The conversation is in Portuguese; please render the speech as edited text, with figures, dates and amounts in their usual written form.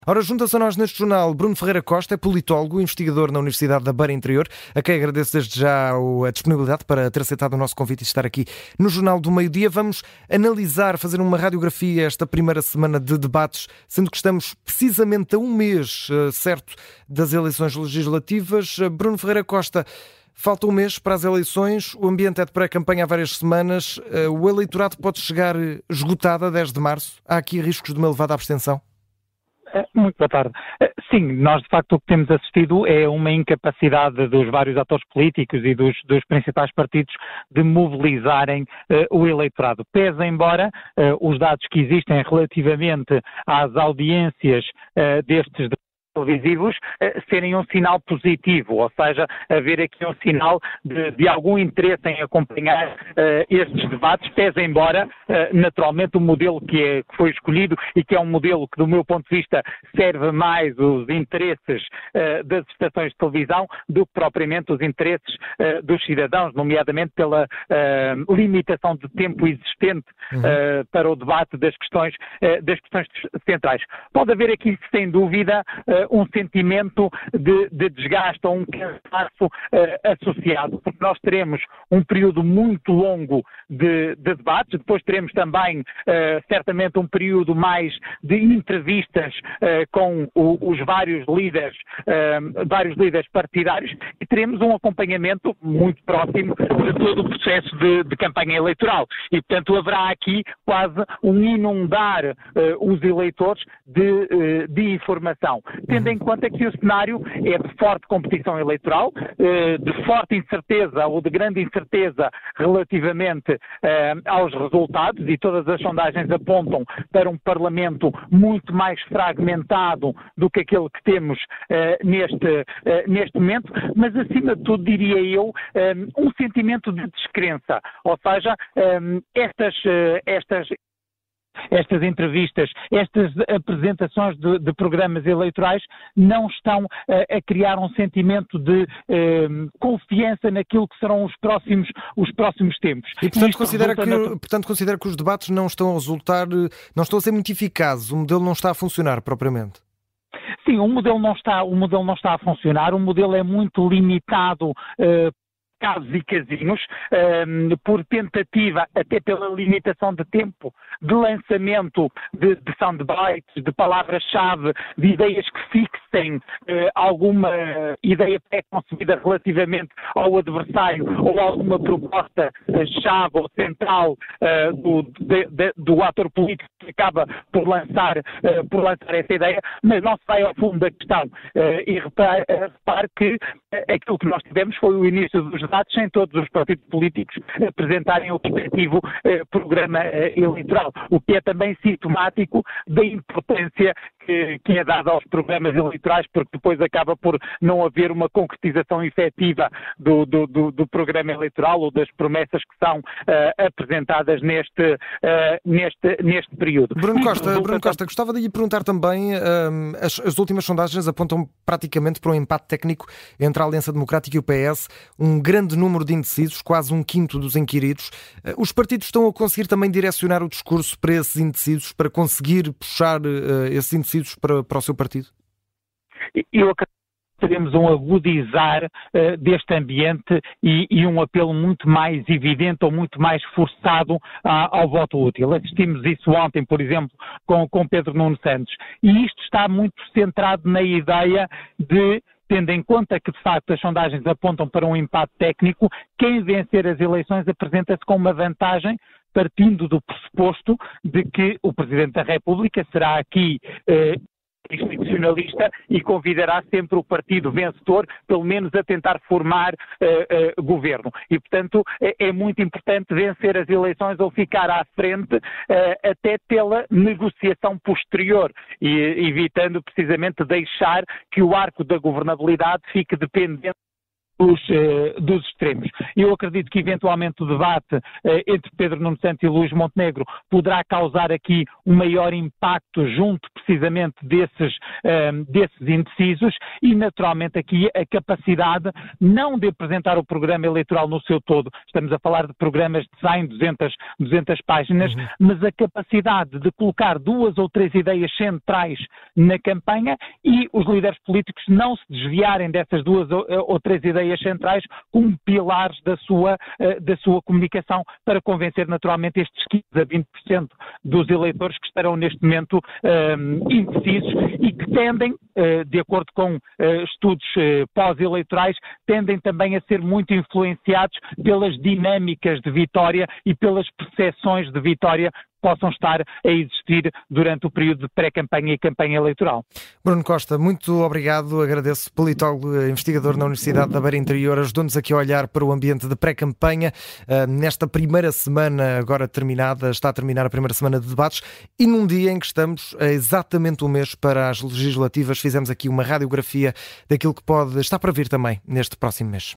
Ora, junta-se a nós neste jornal Bruno Ferreira Costa, é politólogo, investigador na Universidade da Beira Interior, a quem agradeço desde já a disponibilidade para ter aceitado o nosso convite e estar aqui no Jornal do Meio-Dia. Vamos analisar, fazer uma radiografia esta primeira semana de debates, sendo que estamos precisamente a um mês, certo, das eleições legislativas. Bruno Ferreira Costa, falta um mês para as eleições, o ambiente é de pré-campanha há várias semanas, o eleitorado pode chegar esgotado a 10 de março. Há aqui riscos de uma elevada abstenção? Muito boa tarde. Sim, nós de facto o que temos assistido é uma incapacidade dos vários atores políticos e dos principais partidos de mobilizarem o eleitorado. Pese embora os dados que existem relativamente às audiências destes televisivos serem um sinal positivo, ou seja, haver aqui um sinal de algum interesse em acompanhar estes debates, pese embora naturalmente o modelo que foi escolhido e que é um modelo que do meu ponto de vista serve mais os interesses das estações de televisão do que propriamente os interesses dos cidadãos, nomeadamente pela limitação de tempo existente para o debate das questões centrais. Pode haver aqui, sem dúvida, um sentimento de desgaste ou um cansaço associado, porque nós teremos um período muito longo de debates, depois teremos também certamente um período mais de entrevistas com os vários líderes partidários e teremos um acompanhamento muito próximo de todo o processo de campanha eleitoral e, portanto, haverá aqui quase um inundar os eleitores de informação, tendo em conta que o cenário é de forte competição eleitoral, de forte incerteza ou de grande incerteza relativamente aos resultados, e todas as sondagens apontam para um Parlamento muito mais fragmentado do que aquele que temos neste momento, mas acima de tudo, diria eu, um sentimento de descrença, ou seja, estas entrevistas, estas apresentações de programas eleitorais não estão a criar um sentimento de confiança naquilo que serão os próximos tempos. E, portanto, considera que os debates não estão a ser muito eficazes, o modelo não está a funcionar propriamente? Sim, o modelo não está a funcionar, o modelo é muito limitado casos e casinhos, por tentativa, até pela limitação de tempo, de lançamento de soundbites, de palavras-chave, de ideias que fixem alguma ideia pré-concebida relativamente ao adversário ou alguma proposta-chave ou central do ator político que acaba por lançar essa ideia, mas não se vai ao fundo da questão. E repare que aquilo que nós tivemos foi o início dos debates sem todos os partidos políticos apresentarem o respectivo programa eleitoral, o que é também sintomático da importância que é dada aos programas eleitorais, porque depois acaba por não haver uma concretização efetiva do programa eleitoral ou das promessas que são apresentadas neste período. Bruno Costa, gostava de lhe perguntar também, as últimas sondagens apontam praticamente para um empate técnico entre a Aliança Democrática e o PS, um grande número de indecisos, quase um quinto dos inquiridos. Os partidos estão a conseguir também direcionar o discurso para esses indecisos, para conseguir puxar esses indecisos para o seu partido? Eu acredito que teremos um agudizar deste ambiente e um apelo muito mais evidente ou muito mais forçado ao voto útil. Assistimos isso ontem, por exemplo, com Pedro Nuno Santos. E isto está muito centrado na ideia de, tendo em conta que, de facto, as sondagens apontam para um empate técnico, quem vencer as eleições apresenta-se com uma vantagem, partindo do pressuposto de que o Presidente da República será aqui institucionalista e convidará sempre o partido vencedor, pelo menos a tentar formar governo. E, portanto, é muito importante vencer as eleições ou ficar à frente até pela negociação posterior e evitando precisamente deixar que o arco da governabilidade fique dependente dos extremos. Eu acredito que eventualmente o debate entre Pedro Nuno Santos e Luís Montenegro poderá causar aqui um maior impacto junto precisamente desses indecisos e naturalmente aqui a capacidade não de apresentar o programa eleitoral no seu todo, estamos a falar de programas de 100, 200 páginas, mas a capacidade de colocar 2 ou 3 ideias centrais na campanha e os líderes políticos não se desviarem dessas 2 ou 3 ideias centrais como pilares da sua comunicação para convencer naturalmente estes 15 a 20% dos eleitores que estarão neste momento indecisos e que tendem, de acordo com estudos pós-eleitorais, tendem também a ser muito influenciados pelas dinâmicas de vitória e pelas percepções de vitória possam estar a existir durante o período de pré-campanha e campanha eleitoral. Bruno Costa, muito obrigado, agradeço, politólogo, investigador na Universidade da Beira Interior, ajudou-nos aqui a olhar para o ambiente de pré-campanha, nesta primeira semana agora terminada, está a terminar a primeira semana de debates, e num dia em que estamos a exatamente um mês para as legislativas, fizemos aqui uma radiografia daquilo que pode estar para vir também neste próximo mês.